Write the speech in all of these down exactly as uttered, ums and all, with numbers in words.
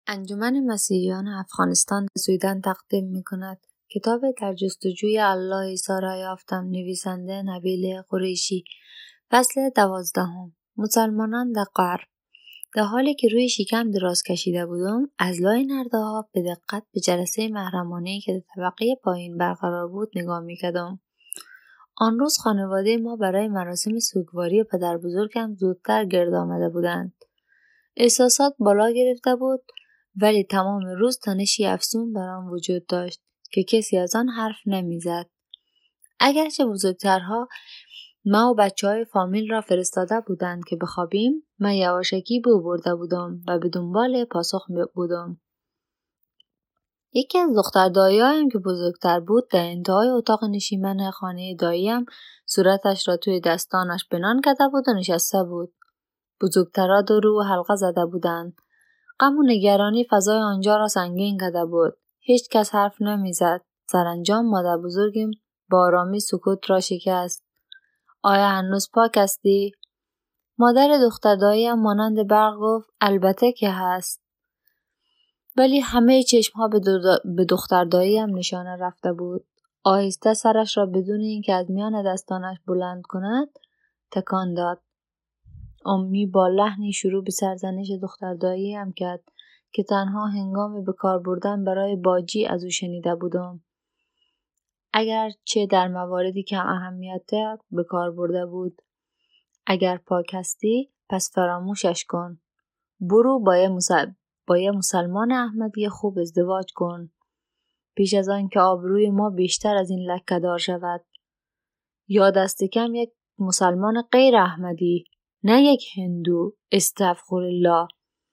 انجمن مسیحیان افغانستان به سویدن تقدیم می‌کند کتاب در جستجوی الله عیسی را یافتم، نویسنده نبیل قریشی. فصل دوازدهم. مسلمانان در غرب. در حالی که روی شکم دراز کشیده بودم، از لای نرده‌ها به دقت به جلسه محرمانه‌ای که در طبقه پایین برقرار بود نگاه می‌کردم. آن روز خانواده ما برای مراسم سوگواری پدر بزرگم زودتر گرد آمده بودند. احساسات بالا گرفته بود، ولی تمام روز تنشی افزون بر آن وجود داشت که کسی از آن حرف نمیزد. اگرچه بزرگترها ما و بچه های فامیل را فرستاده بودند که بخوابیم، من یواشکی بو برده بودم و به دنبال پاسخ بودم. یکی از دختر دایی‌هایم که بزرگتر بود در انتهای اتاق نشیمن خانه داییم صورتش را توی دستانش بنان کرده بود و نشسته بود. بزرگترها دور او حلقه زده بودند. غم و نگرانی فضای آنجا را سنگین کرده بود. هیچ کس حرف نمیزد. سرانجام مادر بزرگم با آرامی سکوت را شکست. آیا هنوز پاک هستی؟ مادر دختر داییم مانند برق گفت البته که هست. ولی همه چشمها به, به دختر داییم نشانه رفته بود. آهسته سرش را بدون اینکه از میان دستانش بلند کند تکان داد. امی با لحنی شروع به سرزنش دختر داییم کرد که تنها هنگام به کار بردن برای باجی از او شنیده بودم. اگر چه در مواردی کم اهمیت به کار برده بود. اگر پاک هستی پس فراموشش کن. برو با یه, مسل... با یه مسلمان احمدی خوب ازدواج کن. پیش از آن که آبروی ما بیشتر از این لکه دار شود. یا دست کم یک مسلمان غیر احمدی، نه یک هندو. استغفرالله.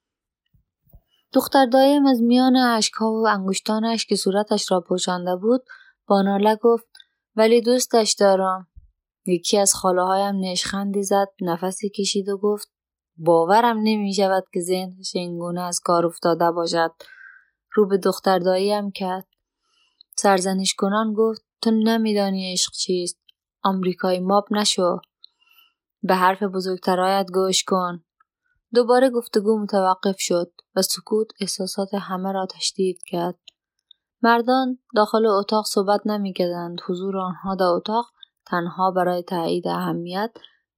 دختر دایم از میان اشک‌ها و انگشتانش که صورتش را پوشانده بود با ناله گفت ولی دوستش دارم. یکی از خاله‌هایم نیشخندی زد، نفسی کشید و گفت باورم نمی شود که ذهنش اینگونه از کار افتاده باشد. رو به دختر داییم کرد. سرزنش کنان گفت تو نمیدانی عشق چیست. آمریکایی ماب نشو. به حرف بزرگترایت گوش کن. دوباره گفتگو متوقف شد و سکوت احساسات همه را تشدید کرد. مردان داخل اتاق صحبت نمی کردند. حضور آنها در اتاق تنها برای تایید اهمیت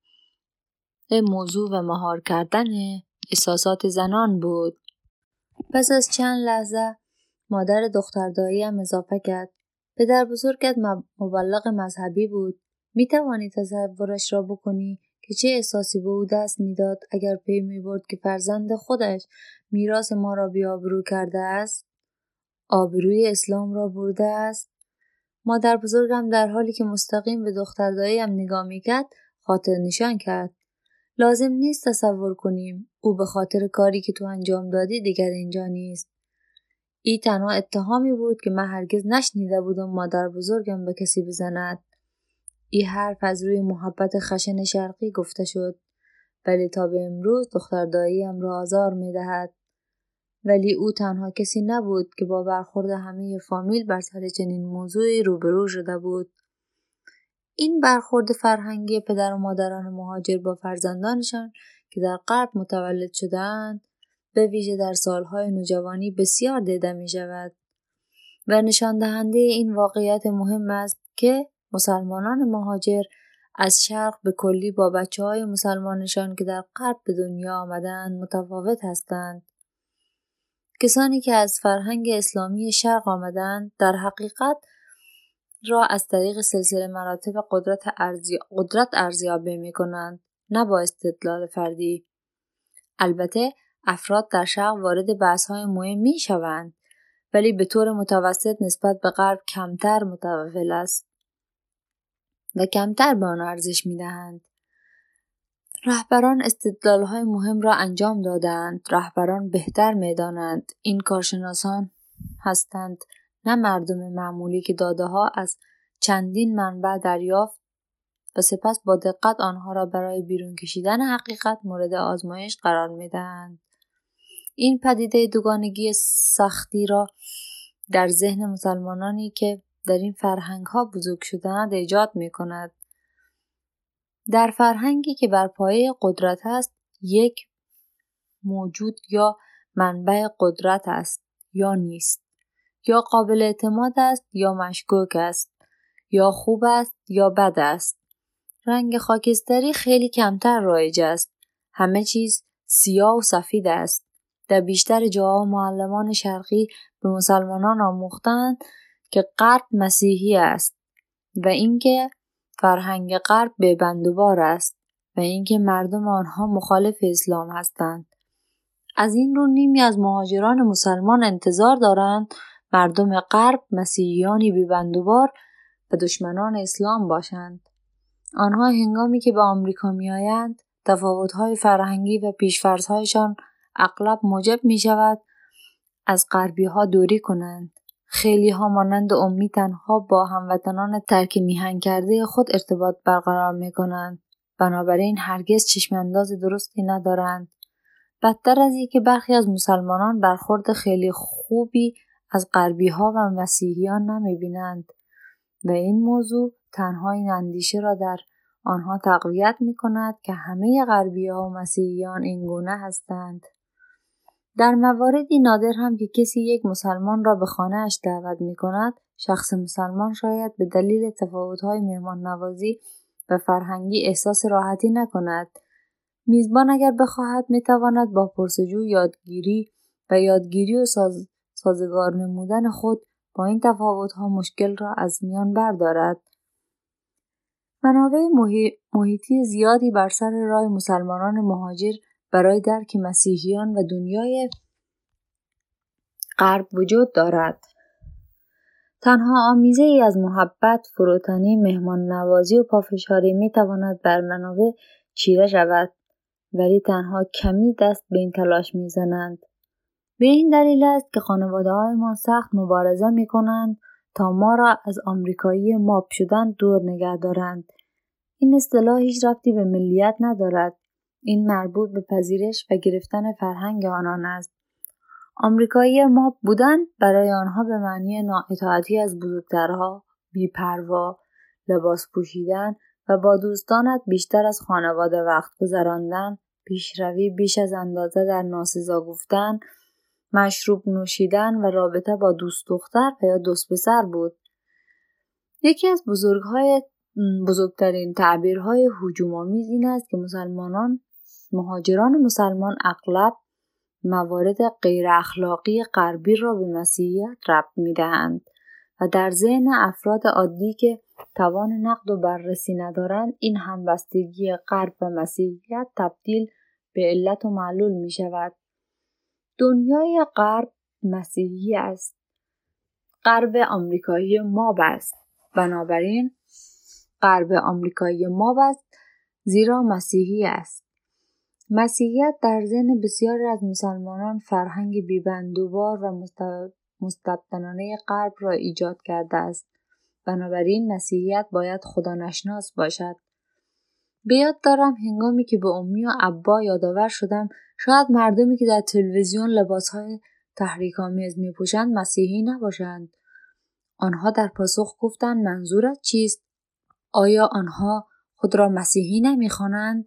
موضوع و مهار کردن احساسات زنان بود. پس از چند لحظه مادر دختر داییم اضافه کرد. پدر بزرگت مبلغ مذهبی بود. می توانی تصورش را بکنی که چه احساسی به او دست میداد اگر پی می برد که فرزند خودش میراث ما را بی‌آبرو کرده است؟ آبروی اسلام را برده است؟ مادر بزرگم در حالی که مستقیم به دختر داییم نگاه میکرد خاطر نشان کرد. لازم نیست تصور کنیم او به خاطر کاری که تو انجام دادی دیگر اینجا نیست. این تنها اتهامی بود که من هرگز نشنیده بودم مادر بزرگم به کسی بزند. این حرف از روی محبت خشن شرقی گفته شد، ولی تا به امروز دختر داییم را آزار می دهد. ولی او تنها کسی نبود که با برخورد همه فامیل بر سر چنین موضوعی روبرو شده بود. این برخورد فرهنگی پدر و مادران مهاجر با فرزندانشان که در غرب متولد شدند به ویژه در سالهای نوجوانی بسیار دیده می شود و نشان دهنده این واقعیت مهم است که مسلمانان مهاجر از شرق به کلی با بچه های مسلمانشان که در غرب به دنیا آمدند متفاوت هستند. کسانی که از فرهنگ اسلامی شرق آمدند در حقیقت را از طریق سلسله مراتب قدرت ارزی... قدرت ارزیابی می کنند، نه با استدلال فردی. البته افراد در شرق وارد بحث های مهم می شوند، ولی به طور متوسط نسبت به غرب کمتر متوفل است و کمتر به آن ارزش می دهند. رهبران استدلال های مهم را انجام دادند. رهبران بهتر می دانند. این کارشناسان هستند، نه مردم معمولی که داده ها از چندین منبع دریافت و سپس با دقت آنها را برای بیرون کشیدن حقیقت مورد آزمایش قرار می دهند. این پدیده دوگانگی سختی را در ذهن مسلمانانی که در این فرهنگ ها بزرگ شدند ایجاد می کند. در فرهنگی که بر پایه قدرت است، یک موجود یا منبع قدرت است یا نیست، یا قابل اعتماد است یا مشکوک است، یا خوب است یا بد است. رنگ خاکستری خیلی کمتر رایج است. همه چیز سیاه و سفید است. در بیشتر جاها معلمان شرقی به مسلمانان آموختند که غرب مسیحی است و اینکه فرهنگ غرب به بندوبار است و اینکه مردم آنها مخالف اسلام هستند. از این رو نیمی از مهاجران مسلمان انتظار دارند مردم غرب مسیحیانی بی بندوبار و دشمنان اسلام باشند. آنها هنگامی که به آمریکا می‌آیند تفاوت‌های فرهنگی و پیش‌فرض‌هایشان اغلب موجب می‌شود از غربی‌ها دوری کنند. خیلی‌ها مانند امی تنها با هموطنان ترک میهن کرده خود ارتباط برقرار می‌کنند. بنابراین هرگز چشم‌انداز درستی ندارند. بدتر از این که برخی از مسلمانان برخورد خیلی خوبی از غربی‌ها و مسیحیان نمی‌بینند و این موضوع تنها این اندیشه را در آنها تقویت می‌کند که همه غربی‌ها و مسیحیان این گونه هستند. در مواردی نادر هم که کسی یک مسلمان را به خانه‌اش دعوت می‌کند، شخص مسلمان شاید به دلیل تفاوت‌های مهمان نوازی و فرهنگی احساس راحتی نکند. میزبان اگر بخواهد می‌تواند با پرسجو یادگیری و یادگیری و ساز... سازگار نمودن خود با این تفاوت‌ها مشکل را از میان بردارد. منابع محی... محیطی زیادی بر سر راه مسلمانان مهاجر برای درک مسیحیان و دنیای غرب وجود دارد. تنها آمیزه ای از محبت، فروتنی، مهمان نوازی و پافشاری می تواند بر منابع چیره شود، ولی تنها کمی دست به این تلاش می زنند. به این دلیل است که خانواده های ما سخت مبارزه می کنند تا ما را از آمریکایی ماب شدن دور نگه دارند. این اصطلاح هیچ ربطی به ملیت ندارد. این مربوط به پذیرش و گرفتن فرهنگ آنان است. آمریکایی ماب بودن برای آنها به معنی نااطاعتی از بزرگترها، بی‌پروا، لباس پوشیدن و با دوستانت بیشتر از خانواده وقت گذراندن، پیشروی بیش از اندازه در ناسزا گفتن، مشروب نوشیدن و رابطه با دوست دختر و یا دوست پسر بود. یکی از بزرگهای بزرگترین تعبیرهای هجوم‌آمیز این است که مسلمانان مهاجران مسلمان اغلب موارد غیر اخلاقی غربی را به مسیحیت ربط می‌دهند و در ذهن افراد عادی که توان نقد و بررسی ندارند این همبستگی غرب و مسیحیت تبدیل به علت و معلول می‌شود. دنیای غرب مسیحی است. غرب آمریکایی ماب است. بنابراین غرب آمریکایی ماب است زیرا مسیحی است. مسیحیت در ذهن بسیاری از مسلمانان فرهنگ بی‌بندوبار و مستبدانه غرب را ایجاد کرده است. بنابراین مسیحیت باید خدانشناس باشد. به یاد دارم هنگامی که به امی و ابا یادآور شدم شاید مردمی که در تلویزیون لباسهای تحریک‌آمیز می‌پوشند مسیحی نباشند. آنها در پاسخ گفتند منظورت چیست؟ آیا آنها خود را مسیحی نمی‌خوانند؟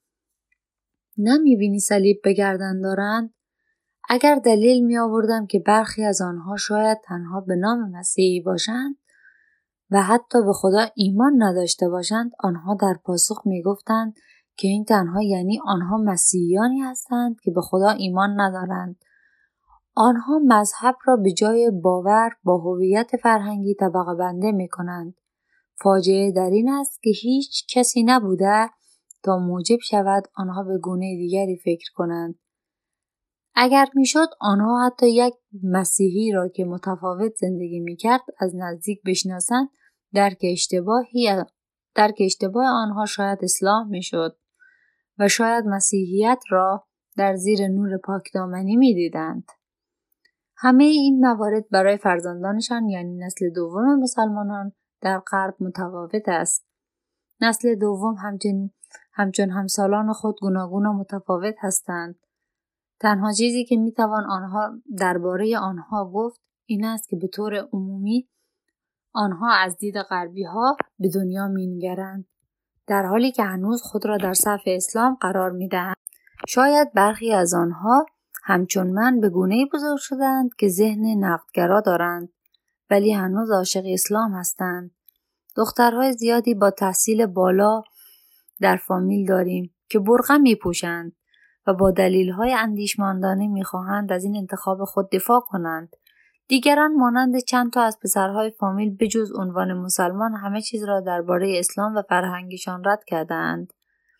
نمی‌بینی صلیب به گردن دارند؟ اگر دلیل می‌آوردم که برخی از آنها شاید تنها به نام مسیحی باشند و حتی به خدا ایمان نداشته باشند، آنها در پاسخ می‌گفتند که این تنها یعنی آنها مسیحیانی هستند که به خدا ایمان ندارند. آنها مذهب را به جای باور با هویت فرهنگی طبقه بندی می‌کنند. فاجعه در این است که هیچ کسی نبوده تا موجب شود آنها به گونه دیگری فکر کنند. اگر میشد آنها حتی یک مسیحی را که متفاوت زندگی میکرد از نزدیک بشناسند، درک اشتباهی درک اشتباه آنها شاید اصلاح میشد و شاید مسیحیت را در زیر نور پاکدامنی میدیدند. همه این موارد برای فرزندانشان یعنی نسل دوم مسلمانان در غرب متفاوت است. نسل دوم همچون همچون همسالان خود گوناگون و متفاوت هستند. تنها چیزی که میتوان آنها درباره آنها گفت این است که به طور عمومی آنها از دید غربی ها به دنیا مینگرند، در حالی که هنوز خود را در صف اسلام قرار میدهند. شاید برخی از آنها همچون من به گونه‌ای بزرگ شدند که ذهن نقدگرا دارند ولی هنوز عاشق اسلام هستند. دخترهای زیادی با تحصیل بالا در فامیل داریم که برقع می پوشند و با دلیل‌های اندیشمندانه می‌خواهند از این انتخاب خود دفاع کنند. دیگران مانند چند تا از پسرهای فامیل بجز عنوان مسلمان همه چیز را درباره اسلام و فرهنگشان رد کردند.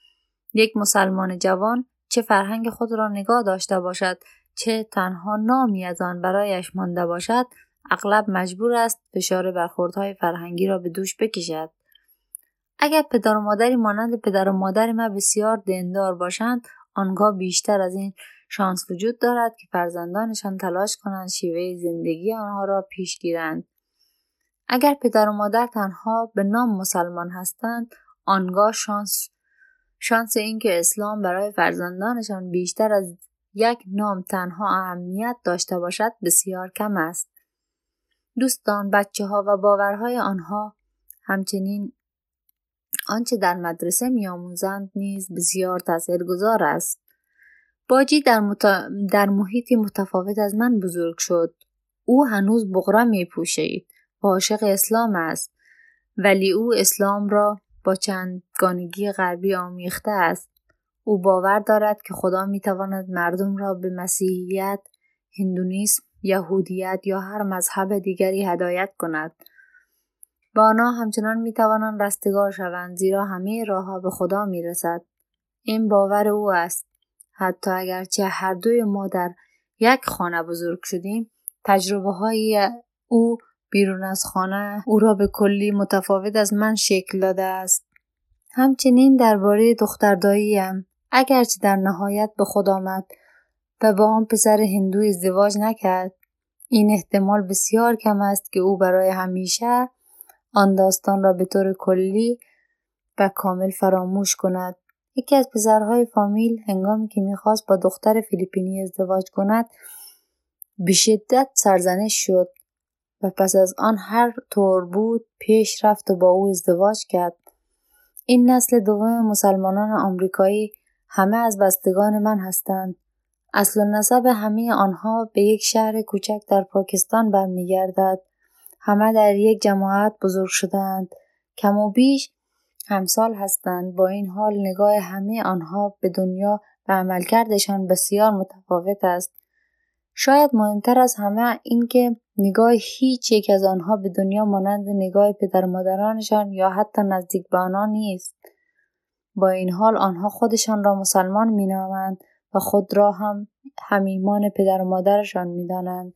یک مسلمان جوان چه فرهنگ خود را نگاه داشته باشد، چه تنها نامی از آن برایش مانده باشد، اغلب مجبور است فشار برخوردهای فرهنگی را به دوش بکشد. اگر پدر و مادری مانند پدر و مادر ما بسیار دیندار باشند، آنگاه بیشتر از این شانس وجود دارد که فرزندانشان تلاش کنند شیوه زندگی آنها را پیش گیرند. اگر پدر و مادر تنها به نام مسلمان هستند، آنگاه شانس شانس این که اسلام برای فرزندانشان بیشتر از یک نام تنها اهمیت داشته باشد بسیار کم است. دوستان، بچه ها و باورهای آنها، همچنین آنچه در مدرسه می آموزند نیز بسیار تاثیرگذار است. باجی در, مت... در محیطی متفاوت از من بزرگ شد. او هنوز بقره می پوشید و عاشق اسلام است، ولی او اسلام را با چندگانگی غربی آمیخته است. او باور دارد که خدا می تواند مردم را به مسیحیت، هندونیسم، یهودیت یا هر مذهب دیگری هدایت کند. با آنها همچنان می توانند رستگار شوند، زیرا همه راهها به خدا می رسد. این باور او است. حتی اگرچه هر دوی ما در یک خانه بزرگ شدیم، تجربه های او بیرون از خانه او را به کلی متفاوت از من شکل داده است. همچنین درباره دخترداییم، اگرچه در نهایت به خود آمد و با آن پسر هندو ازدواج نکرد، این احتمال بسیار کم است که او برای همیشه آن داستان را به طور کلی و کامل فراموش کند. یکی از پسرهای فامیل هنگامی که میخواست با دختر فیلیپینی ازدواج کند به شدت سرزنش شد و پس از آن هر طور بود پیش رفت و با او ازدواج کرد. این نسل دوم مسلمانان آمریکایی همه از بستگان من هستند. اصل و نسب همه آنها به یک شهر کوچک در پاکستان برمیگردد. همه در یک جماعت بزرگ شدند. کم و بیش همسال هستند. با این حال نگاه همه آنها به دنیا و عملکردشان بسیار متفاوت است. شاید مهمتر از همه این که نگاه هیچ یک از آنها به دنیا مانند نگاه پدر مادرانشان یا حتی نزدیک به آنها نیست. با این حال آنها خودشان را مسلمان می نامند و خود را هم حمیمان پدر و مادرشان می دانند.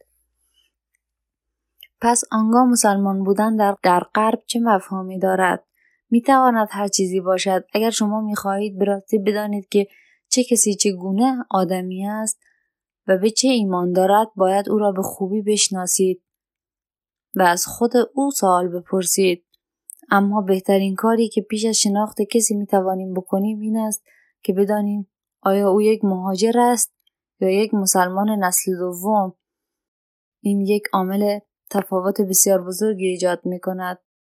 پس آنگاه مسلمان بودن در, در غرب چه مفهومی دارد؟ می تواند هر چیزی باشد. اگر شما می خواهید به راستی بدانید که چه کسی چگونه آدمی است و به چه ایمان دارد، باید او را به خوبی بشناسید و از خود او سوال بپرسید. اما بهترین کاری که پیش از شناخت کسی می توانیم بکنیم این است که بدانیم آیا او یک مهاجر است یا یک مسلمان نسل دوم. این یک عامل تفاوت بسیار بزرگی ایجاد می کند.